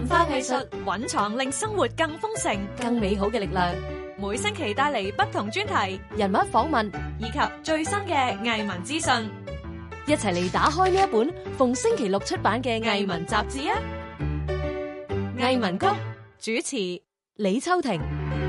文化藝術蘊藏令生活更豐盛、 更美好嘅力量。 每星期帶嚟不同專題、 人物訪問以及最新嘅藝文資訊， 一齊嚟打開呢一本逢星期六出版嘅藝文雜誌啊！藝文谷主持李秋婷。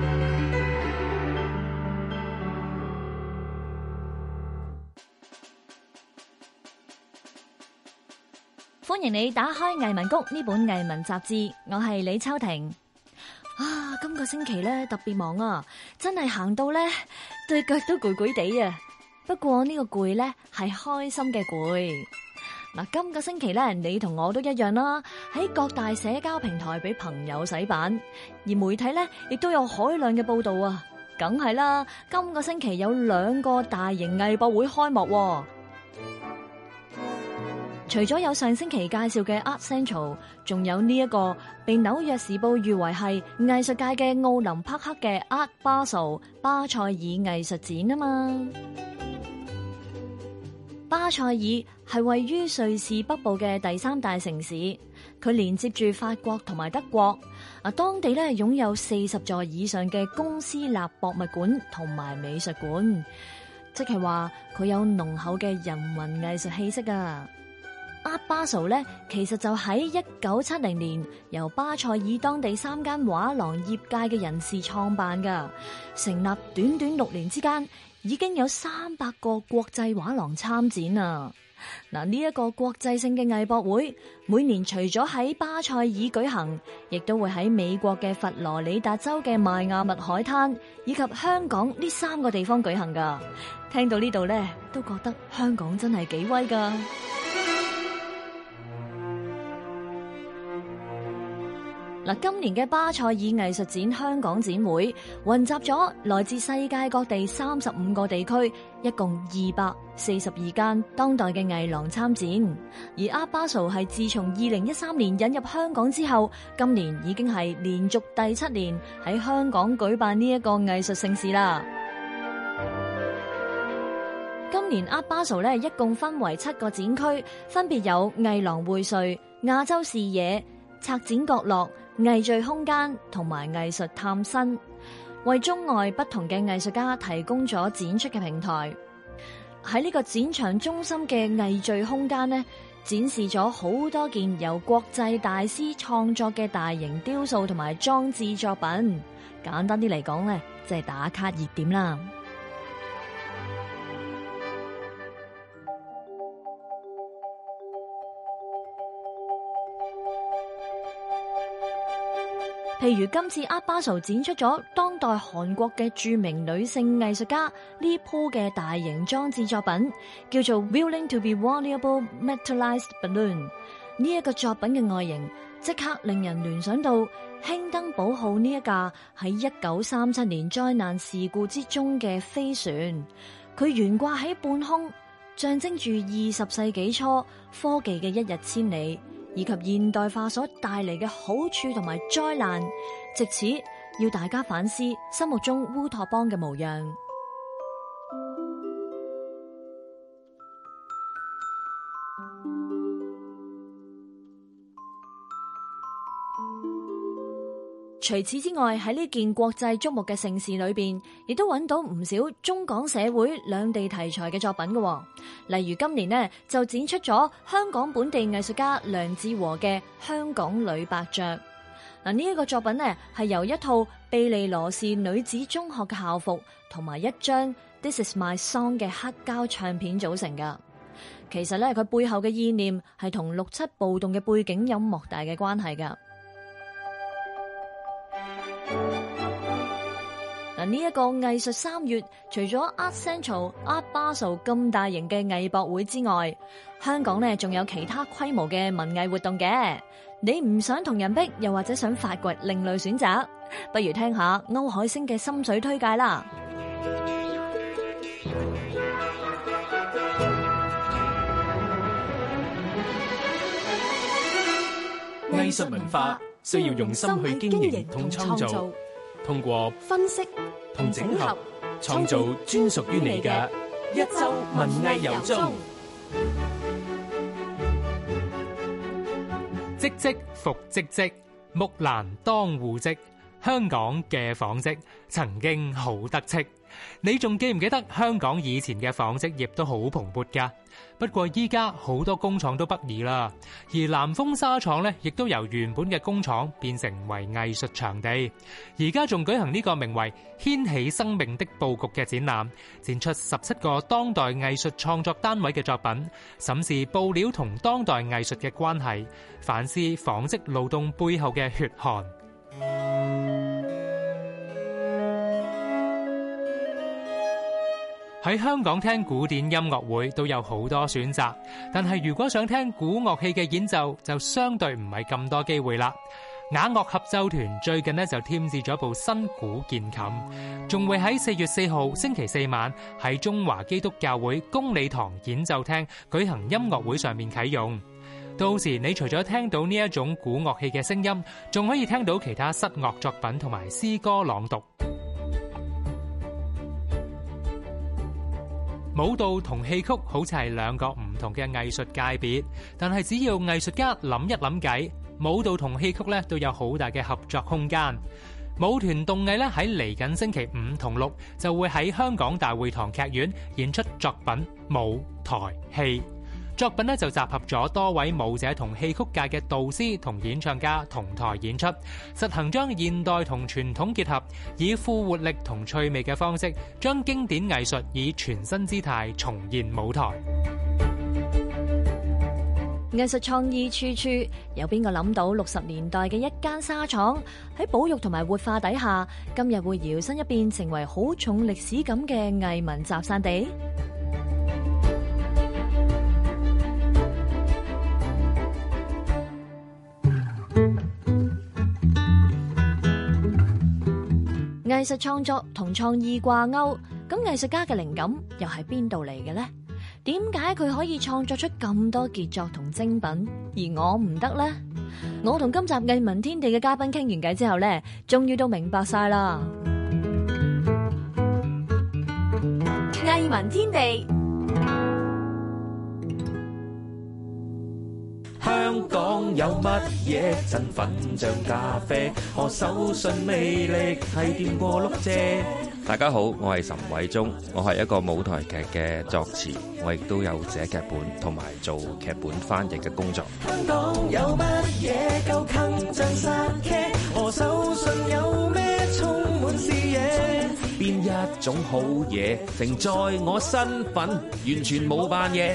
歡迎你打開藝文谷呢本藝文雜誌，我係李秋婷。今個星期咧特別忙啊，真係行到咧對腳都攰攰地啊。不過呢個攰咧係開心嘅攰。嗱，今個星期咧你同我都一樣啦，喺各大社交平台俾朋友洗版，而媒體咧亦都有海量嘅報道啊。梗係啦，今個星期有2個大型藝博會開幕。除咗有上星期介紹嘅 Art Central， 仲有呢一個被紐約時報譽為係藝術界嘅奧林匹克嘅 Art Basel 巴塞爾藝術展啊嘛。巴塞爾係位於瑞士北部嘅第3大城市，佢連接住法國同埋德國。當地咧擁有40座以上嘅公私立博物館同埋美術館，即係話佢有濃厚嘅人文藝術氣息啊。Art Basel 咧，其實就喺1970年由巴塞爾當地3間畫廊業界嘅人士創辦噶，成立短短6年之間，已經有300個國際畫廊參展啊！嗱，呢一個國際性嘅藝博會，每年除咗喺巴塞爾舉行，亦都會喺美國嘅佛羅里達州嘅邁阿密海灘以及香港呢3個地方舉行噶。聽到呢度咧，都覺得香港真係幾威噶。嗱，今年嘅巴塞爾藝術展香港展會雲集咗來自世界各地35個地區，一共242間當代嘅藝廊參展。而 Art Basel 係自從2013年引入香港之後，今年已經係連續第7年喺香港舉辦呢一個藝術盛事啦。今年 Art Basel 咧一共分為7個展區，分別有藝廊薈萃、亞洲視野、策展角落、藝聚空間同埋藝術探新，為中外不同嘅藝術家提供咗展出嘅平台。喺呢個展場中心嘅藝聚空間呢，展示咗好多件由國際大師創作嘅大型雕塑同埋裝置作品。簡單啲嚟講呢，即係打卡熱點啦。譬如今次 Art Basel 展出咗當代韓國嘅著名女性藝術家呢鋪嘅大型裝置作品，叫做 Willing to be Valuable Metallized Balloon。呢一個作品嘅外形即刻令人聯想到興登堡號呢一架喺1937年災難事故之中嘅飛船，佢懸掛喺半空，象徵住20世紀初科技嘅一日千里，以及現代化所帶嚟嘅好處同埋災難，藉此要大家反思心目中烏托邦嘅模樣。除此之外，喺呢件國際矚目嘅盛事裏邊，亦都揾到唔少中港社會兩地題材嘅作品嘅。例如今年呢，就展出咗香港本地藝術家梁志和嘅《香港女伯爵》。嗱，呢一個作品呢，係由一套庇理羅士女子中學嘅校服同埋一張 This Is My Song 嘅黑膠唱片組成噶。其實咧，佢背後嘅意念係同6·7暴動嘅背景有莫大嘅關係噶。呢一個藝術3月，除咗 Art Central、Art Basel 咁大型嘅藝博會之外，香港呢仲有其他規模嘅文藝活動嘅。你唔想同人逼，又或者想發掘另類選擇，不如聽下歐海星嘅心水推介啦。 藝術文化需要用心去經營同創造，通過分析同整合，創造專屬於你嘅一周文藝遊蹤。積積復積積， 木蘭當戶織，香港嘅紡織曾經好得戚。你仲記唔記得香港以前嘅紡織業都好蓬勃㗎？不過依家好多工廠都北移啦，而南豐紗廠呢，亦都由原本嘅工廠變成為藝術場地。而家仲舉行呢個名為《掀起生命的佈局》嘅展覽，展出17個當代藝術創作單位嘅作品，審視布料同當代藝術嘅關係，反思紡織勞動背後嘅血汗。喺香港聽古典音樂會都有好多選擇，但係如果想聽古樂器嘅演奏，就相對唔係咁多機會啦。雅樂合奏團最近就添置咗部新古鍵琴，仲會喺4月4號星期四晚喺中華基督教會公理堂演奏廳舉行音樂會上面啟用。到時你除咗聽到呢一種古樂器嘅聲音，仲可以聽到其他室樂作品同埋詩歌朗讀。舞蹈同戲曲好似係兩個唔同嘅藝術界別，但係只要藝術家諗一諗計，舞蹈同戲曲咧都有好大嘅合作空間。舞團動藝咧喺嚟緊星期5同6就會喺香港大會堂劇院演出作品舞台戲。作品就集合咗多位舞者同戲曲界嘅導師同演唱家同台演出，實行將現代同傳統結合，以富活力同趣味嘅方式，將經典藝術以全新姿態重現舞台。 藝術創意處處，有邊個諗到60年代嘅一間紗廠喺保育同埋活化底下，今日會搖身一變成為好重歷史感嘅藝文集散地？藝術創作同創意掛鈎，咁藝術家嘅靈感又係邊度嚟嘅呢？點解佢可以創作出咁多傑作同精品，而我唔得呢？我同今集藝文天地嘅嘉賓傾完偈之後呢，終於都明白晒啦。 藝文天地。 香港有乜嘢振奮像咖啡？我手信魅力係掂過碌蔗。 大家好，我係岑偉忠，我係一個舞台劇嘅作詞，我亦都有寫劇本同埋做劇本翻譯嘅工作。 香港有乜嘢夠鏗鏘殺劇？我手信有咩充滿視野？邊一種好嘢承載我身份，完全冇扮嘢。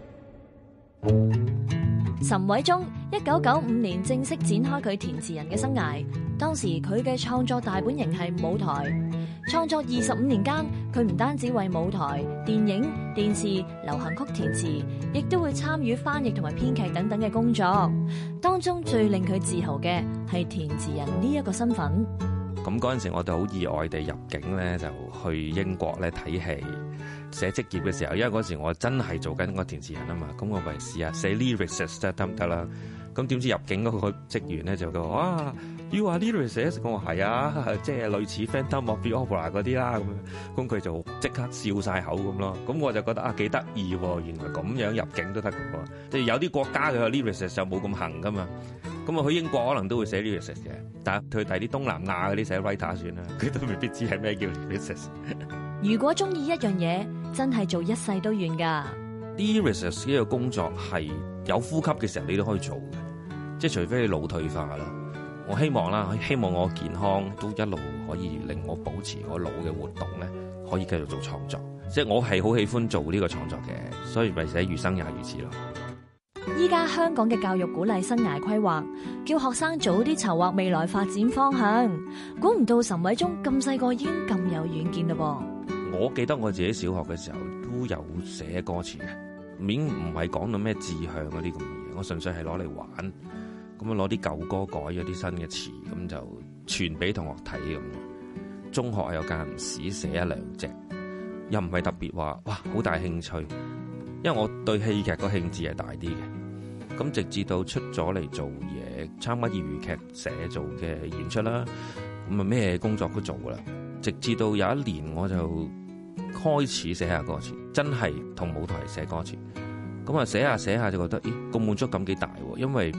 岑偉忠1995年正式展開佢填詞人嘅生涯，當時佢嘅創作大本營係舞台。創作25年間，佢唔單止為舞台、電影、電視、流行曲填詞，亦都會參與翻譯同埋編劇等等嘅工作。當中最令佢自豪嘅係填詞人呢一個身份。 咁嗰陣時我哋好意外地入境咧，就去英國咧睇戲。寫職業嘅時候，因為嗰時我真係做緊個填詞人啊嘛，咁我咪試下寫 lyrics 得唔得啦？咁點知入境嗰個職員咧就講：哇，You are lyrics？ 我話係啊，即係類似 Phantom of the Opera 嗰啲啦咁佢就即刻笑晒口咁咯。咁我就覺得啊幾得意喎，原來咁樣入境都得嘅喎。即係有啲國家嘅 lyrics 就冇咁行噶嘛。咁去英國可能都會寫 lyrics 嘅，但係去第啲東南亞嗰啲寫 writer 算啦，佢都未必知係咩叫 lyrics。 如果中意一樣嘢，真係做一世都願㗎。 lyrics 呢個工作係有呼吸嘅時候，你都可以做嘅，即係除非你腦退化啦。我希望啦，希望我健康都一路可以令我保持我腦嘅活動咧，可以繼續做創作。即係我係好喜歡做呢個創作嘅，所以咪寫餘生也如此咯。 依家香港嘅教育鼓勵生涯規劃，叫學生早啲籌劃未來發展方向。估唔到岑偉忠咁細個已經咁有遠見嘞噃。 我記得我自己小學嘅時候都有寫歌詞嘅，已經唔係講到咩志向嗰啲咁嘅嘢，我純粹係攞嚟玩，咁攞啲舊歌改咗啲新嘅詞，咁就傳俾同學睇咁。中學有間唔時寫一兩隻，又唔係特別話哇好大興趣，因為我對戲劇個興致係大啲嘅。咁直至到出咗嚟做嘢，參加業餘劇社做嘅演出啦，咁啊咩工作都做噶啦。直至到有一年我就開始寫下歌詞，真係同舞台寫歌詞。咁啊寫下寫下就覺得，咦個滿足感幾大喎！因為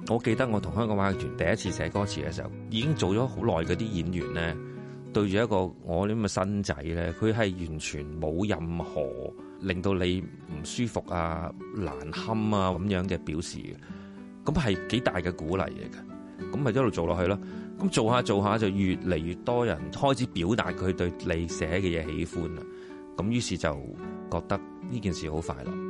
我記得我同香港話劇團第一次寫歌詞嘅時候，已經做咗好耐嗰啲演員咧，對住一個我呢咁嘅新仔咧，佢係完全冇任何令到你唔舒服啊、難堪啊咁樣嘅表示嘅，咁係幾大嘅鼓勵嚟嘅。咁咪一路做落去咯。咁做下做下就越嚟越多人開始表達佢對你寫嘅嘢喜歡啦。咁於是就覺得呢件事好快樂。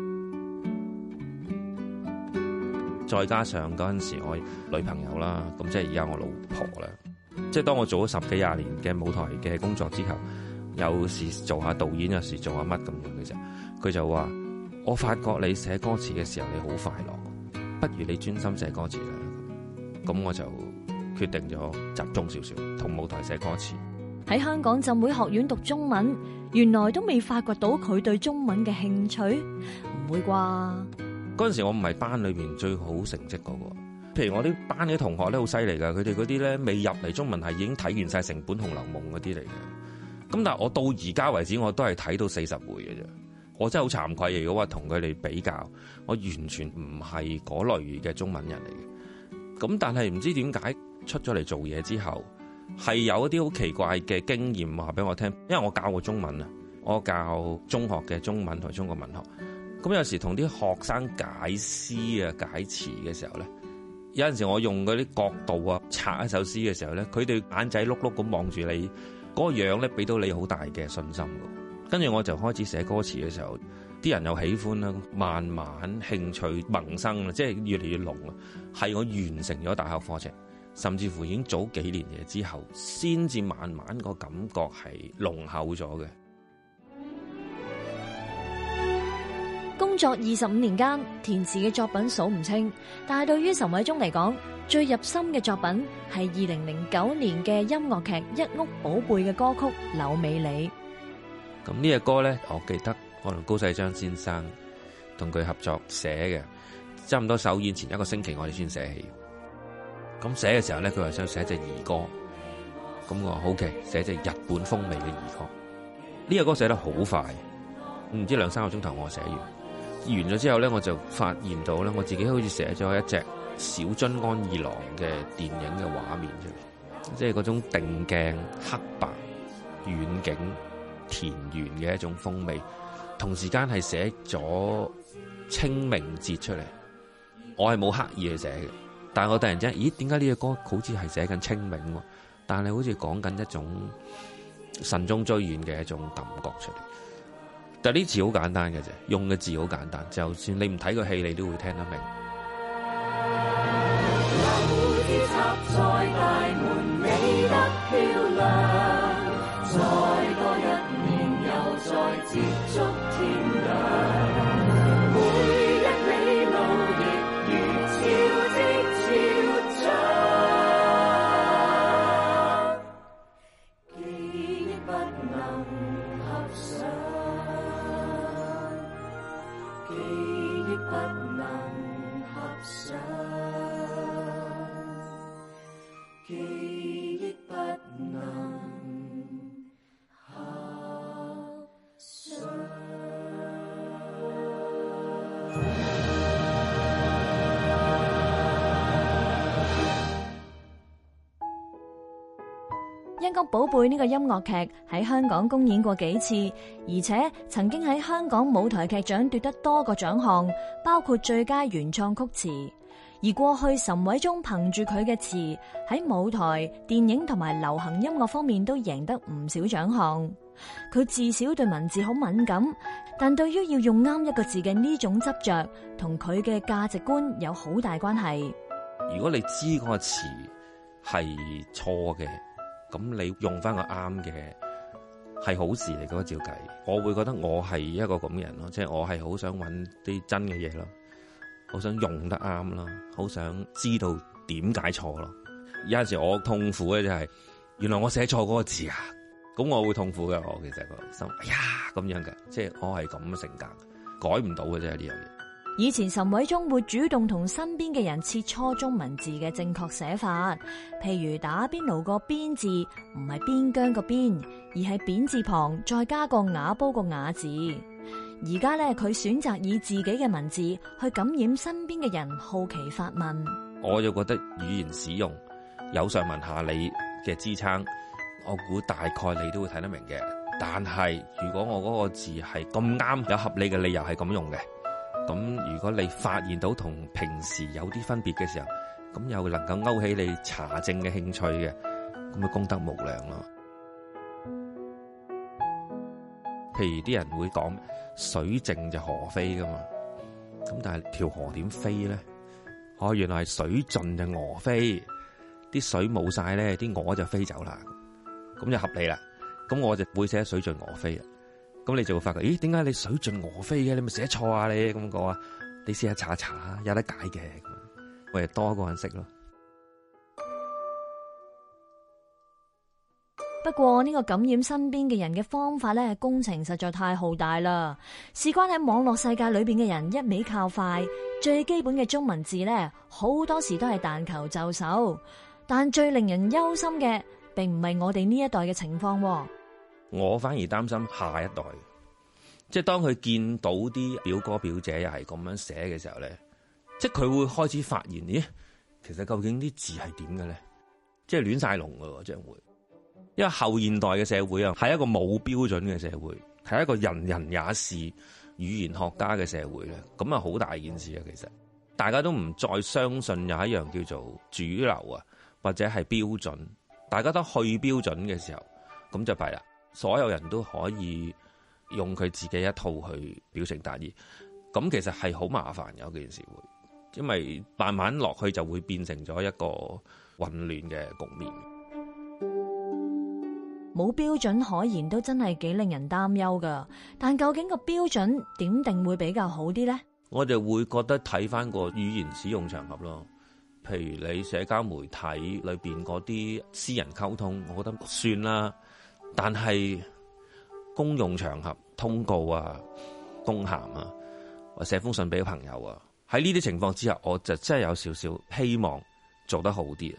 再加上嗰陣時我女朋友啦，咁即係而家我老婆啦。即係當我做咗10幾20年嘅舞台嘅工作之後，有時做下導演，有時做下乜咁樣嘅時候，佢就話：我發覺你寫歌詞嘅時候你好快樂，不如你專心寫歌詞啦。咁我就決定咗集中少少同舞台寫歌詞。 喺香港浸會學院讀中文，原來都未發掘到佢對中文嘅興趣，唔會啩？ 嗰陣時我唔係班裏邊最好成績嗰個。譬如我啲班嘅同學咧好犀利㗎，佢哋嗰啲咧未入嚟中文系已經睇完晒成本《紅樓夢》嗰啲嚟嘅。咁但係我到而家為止我都係睇到40回嘅啫。我真係好慚愧，如果話同佢哋比較，我完全唔係嗰類嘅中文人嚟嘅。咁但係唔知點解出咗嚟做嘢之後，係有一啲好奇怪嘅經驗話俾我聽。因為我教過中文啊，我教中學嘅中文同中國文學。咁有時同啲學生解詩啊、解詞嘅時候咧，有陣時我用嗰啲角度啊拆一首詩嘅時候咧，佢哋眼仔碌碌咁望住你，嗰個樣咧俾到你好大嘅信心㗎。跟住我就開始寫歌詞嘅時候，啲人又喜歡啦，慢慢興趣萌生啦，即係越嚟越濃啦。係我完成咗大學課程，甚至乎已經早幾年嘢之後，先至慢慢個感覺係濃厚咗嘅。 工作25年間，填詞嘅作品數唔清，但係對於岑偉忠嚟講，最入心嘅作品係2009年嘅音樂劇《一屋寶貝》嘅歌曲《柳美里》。 咁呢隻歌咧，我記得我同高世章先生同佢合作寫嘅，差唔多首演前1個星期我哋先寫起。咁寫嘅時候咧，佢話想寫隻兒歌，咁我話好嘅，寫隻日本風味嘅兒歌。呢隻歌寫得好快，唔知2-3個鐘頭我寫完咗之後咧，我就發現到咧，我自己好似寫咗一隻小津安二郎嘅電影嘅畫面出嚟，即係嗰種定鏡、黑白、遠景、田園嘅一種風味。同時間係寫咗清明節出嚟，我係冇刻意去寫嘅，但係我突然之間，咦？點解呢隻歌好似係寫緊清明喎？但係好似講緊一種慎終追遠嘅一種感覺出嚟。但係呢詞好簡單嘅啫，用嘅字好簡單，就算你唔睇個戲，你都會聽得明。 插在大門，美得漂亮。再多1年，又再接觸天亮。每一里路亦如潮汐潮漲，記憶不能合上，記憶不能合上。記憶不能合上。 《一屋寶貝》呢個音樂劇喺香港公演過幾次，而且曾經喺香港舞台劇獎奪得多個獎項，包括最佳原創曲詞。而過去岑偉忠憑住佢嘅詞喺舞台、電影同埋流行音樂方面都贏得唔少獎項。佢自小對文字好敏感，但對於要用啱一個字嘅呢種執着，同佢嘅價值觀有好大關係。 如果你知嗰個詞係錯嘅，咁你用翻個啱嘅係好事嚟，嗰個照計。我會覺得我係一個咁嘅人咯，即係我係好想揾啲真嘅嘢咯。好想用得啱啦，好想知道點解錯咯。有陣時我痛苦嘅就係，原來我寫錯嗰個字啊，咁我會痛苦嘅。我其實個心，哎呀咁樣嘅，即係我係咁嘅性格，改唔到嘅啫呢樣嘢。 以前岑偉忠會主動同身邊嘅人切磋中文字嘅正確寫法，譬如打邊爐個邊字唔係邊疆個邊，而係扁字旁再加個瓦煲個瓦字。而家咧，佢選擇以自己嘅文字去感染身邊嘅人好奇發問。 我就覺得語言使用有上文下理嘅支撐，我估大概你都會睇得明嘅。但係如果我嗰個字係咁啱有合理嘅理由係咁用嘅，咁如果你發現到同平時有啲分別嘅時候，咁又能夠勾起你查證嘅興趣嘅，咁咪功德無量咯。譬如啲人會講水靜就河飛噶嘛，咁但係條河點飛咧？原來係水盡就鵝飛，啲水冇晒咧，啲鵝就飛走啦，咁就合理啦。咁我就會寫水盡鵝飛啦。咁你就會發覺，咦？點解你水盡鵝飛嘅？你咪寫錯啊！你咁講啊？你試下查一查，有得解嘅。我哋多一個人識咯。 不過呢個感染身邊嘅人嘅方法咧，工程實在太浩大啦。事關喺網絡世界裏邊嘅人一味靠快，最基本嘅中文字咧，好多時都係但求就手。但最令人憂心嘅，並唔係我哋呢一代嘅情況。 我反而擔心下一代，即係當佢見到啲表哥表姐又係咁樣寫嘅時候咧，即係佢會開始發現，咦，其實究竟啲字係點嘅咧？即係亂晒龍噶喎，將會。因為後現代嘅社會啊，係一個冇標準嘅社會，係一個人人也是語言學家嘅社會咧，咁啊好大件事啊！其實大家都唔再相信有一樣叫做主流啊，或者係標準，大家都去標準嘅時候，咁就弊啦。所有人都可以用佢自己一套去表情達意，咁其實係好麻煩嘅件事會，因為慢慢落去就會變成咗一個混亂嘅局面。 冇標準可言都真係幾令人擔憂噶，但究竟個標準點定會比較好啲呢？ 我哋會覺得睇翻個語言使用場合咯，譬如你社交媒體裏邊嗰啲私人溝通，我覺得算啦。但係公用場合通告啊、公函啊，或寫封信俾朋友啊，喺呢啲情況之下，我就真係有少少希望做得好啲。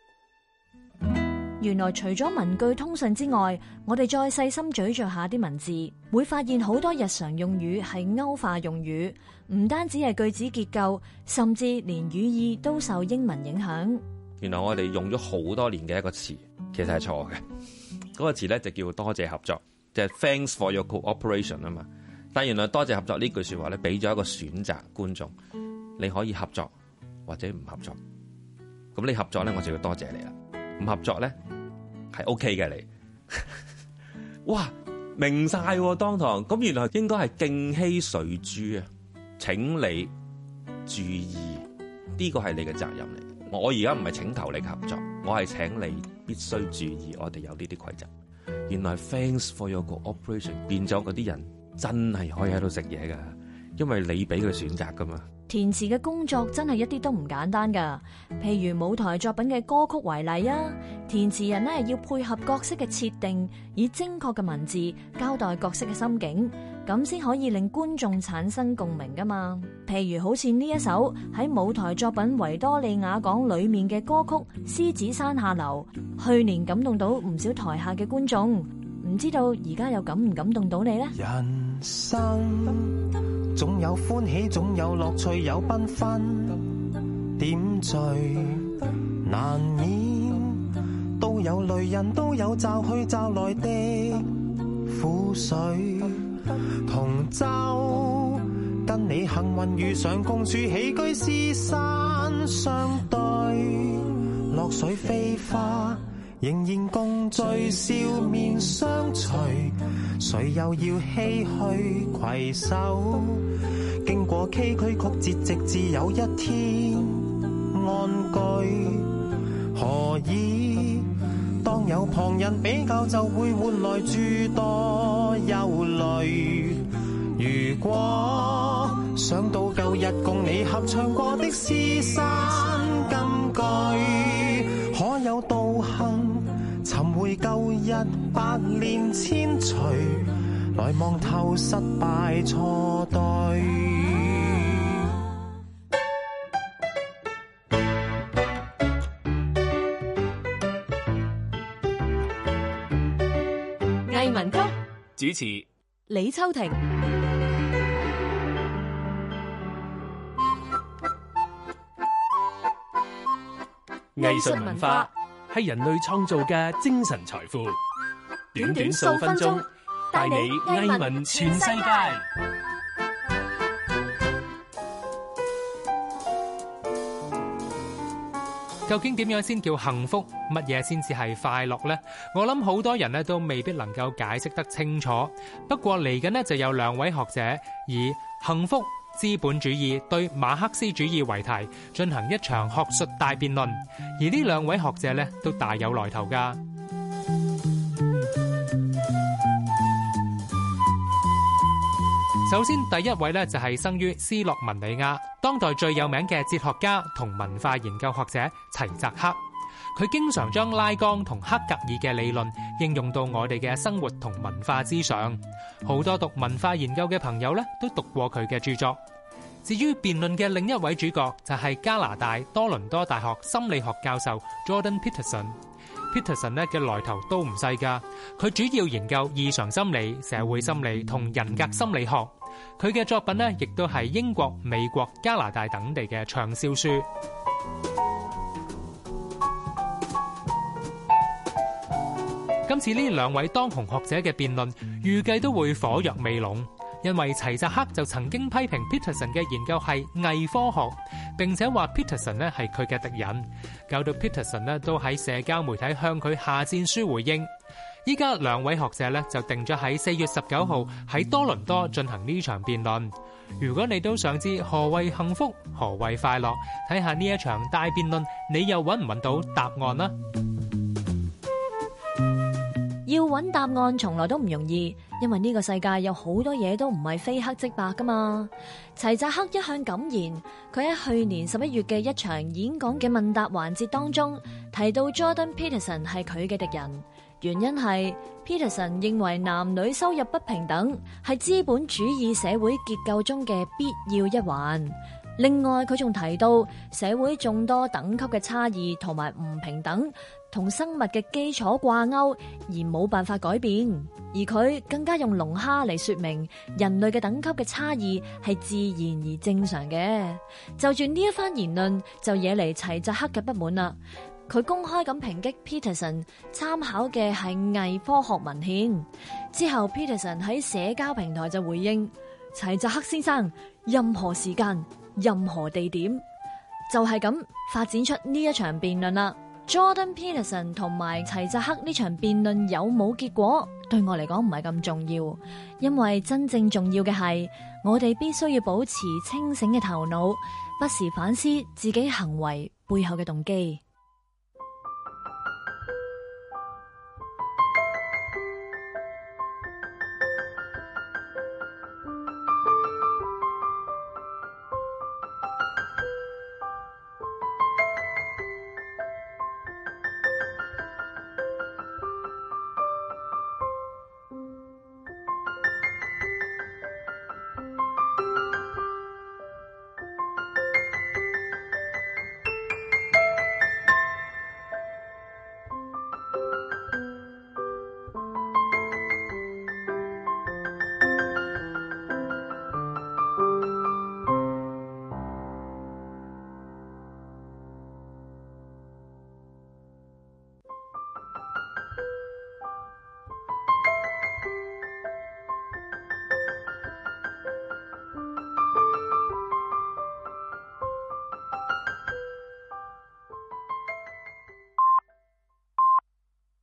原來除咗文句通訊之外，我哋再細心咀嚼下啲文字，會發現好多日常用語係歐化用語，唔單止係句子結構，甚至連語意都受英文影響。 原來我哋用咗好多年嘅一個詞，其實係錯嘅。嗰個詞咧就叫多謝合作，就係 Thanks for your cooperation 啊嘛。但原來多謝合作呢句說話咧，俾咗一個選擇觀眾，你可以合作或者唔合作。咁你合作咧，我就要多謝你啦。唔合作咧係 OK 嘅你，哇明晒當堂，咁原來應該係敬希垂諸啊！請你注意，呢個係你嘅責任嚟。我而家唔係請求你合作，我係請你必須注意，我哋有呢啲規則。原來 Thanks for your cooperation 變咗嗰啲人真係可以喺度食嘢噶，因為你俾佢選擇噶嘛。 填詞嘅工作真係一啲都唔簡單噶，譬如舞台作品嘅歌曲為例啊，填詞人呢要配合角色嘅設定，以精確嘅文字交代角色嘅心境，咁先可以令觀眾產生共鳴噶嘛。譬如好似呢一首喺舞台作品《維多利亞港》裏面嘅歌曲《獅子山下流》，去年感動到唔少台下嘅觀眾，唔知道而家又感唔感動到你呢？ 人生總有歡喜，總有樂趣，有繽紛點綴，難免都有淚人，都有驟去驟來的苦水。同舟跟你幸運遇上，共處起居，獅山相對，落水飛花仍然共聚，笑面相隨，誰又要唏噓攜手，經過崎嶇曲折，直至有一天安居。何以當有旁人比較，就會換來諸多憂慮？如果想到舊日共你合唱過的獅山金句，可有道行尋回舊日百年千錘，來望透失敗錯對。 藝文谷主持李秋婷。 藝術文化係人類創造嘅精神財富。短短數分鐘，帶你藝文全世界。 究竟點樣先叫幸福？乜嘢先至係快樂呢？我諗好多人都未必能夠解釋得清楚。不過嚟緊就有兩位學者以幸福、資本主義對馬克思主義為題進行一場學術大辯論，而呢兩位學者都大有來頭㗎。首先第一位就係生於斯洛文尼亞，當代最有名嘅哲學家同文化研究學者齊澤克。佢經常將拉岡同黑格爾嘅理論應用到我哋嘅生活同文化之上。好多讀文化研究嘅朋友都讀過佢嘅著作。至於辯論嘅另一位主角就係加拿大多倫多大學心理學教授 Jordan Peterson。Peterson 嘅來頭都唔細㗎，佢主要研究異常心理、社會心理同人格心理學。佢嘅作品亦都係英國、美國、加拿大等地嘅暢銷書。今次呢兩位當紅學者嘅辯論，預計都會火藥味濃。因為齊澤克就曾經批評 Peterson 嘅研究係偽科學，並且話 Peterson 係佢嘅敵人，搞到 Peterson 都喺社交媒體向佢下戰書回應。依家兩位學者就定咗喺4月19號喺多倫多進行呢場辯論。如果你都想知何謂幸福、何謂快樂，睇下呢一場大辯論，你又揾唔揾到答案呢？ 要揾答案從來都唔容易，因為呢個世界有好多嘢都唔係非黑即白噶嘛。齊澤克一向敢言，佢喺去年11月嘅一場演講嘅問答環節當中提到 Jordan Peterson 係佢嘅敵人，原因係 Peterson 認為男女收入不平等係資本主義社會結構中嘅必要一環。另外佢仲提到社會眾多等級嘅差異同埋唔平等同生物嘅基礎掛鈎而冇辦法改變，而佢更加用龍蝦嚟說明人類嘅等級嘅差異係自然而正常嘅。就住呢一番言論就惹嚟齊澤克嘅不滿啦。佢公開咁抨擊 Peterson 參考嘅係偽科學文獻，之後 Peterson 喺社交平台就回應齊澤克先生，任何時間任何地點，就係咁發展出呢一場辯論啦。Jordan Peterson 同埋齊澤克呢場辯論有冇結果，對我嚟講唔係咁重要，因為真正重要嘅係我哋必須要保持清醒嘅頭腦，不時反思自己行為背後嘅動機。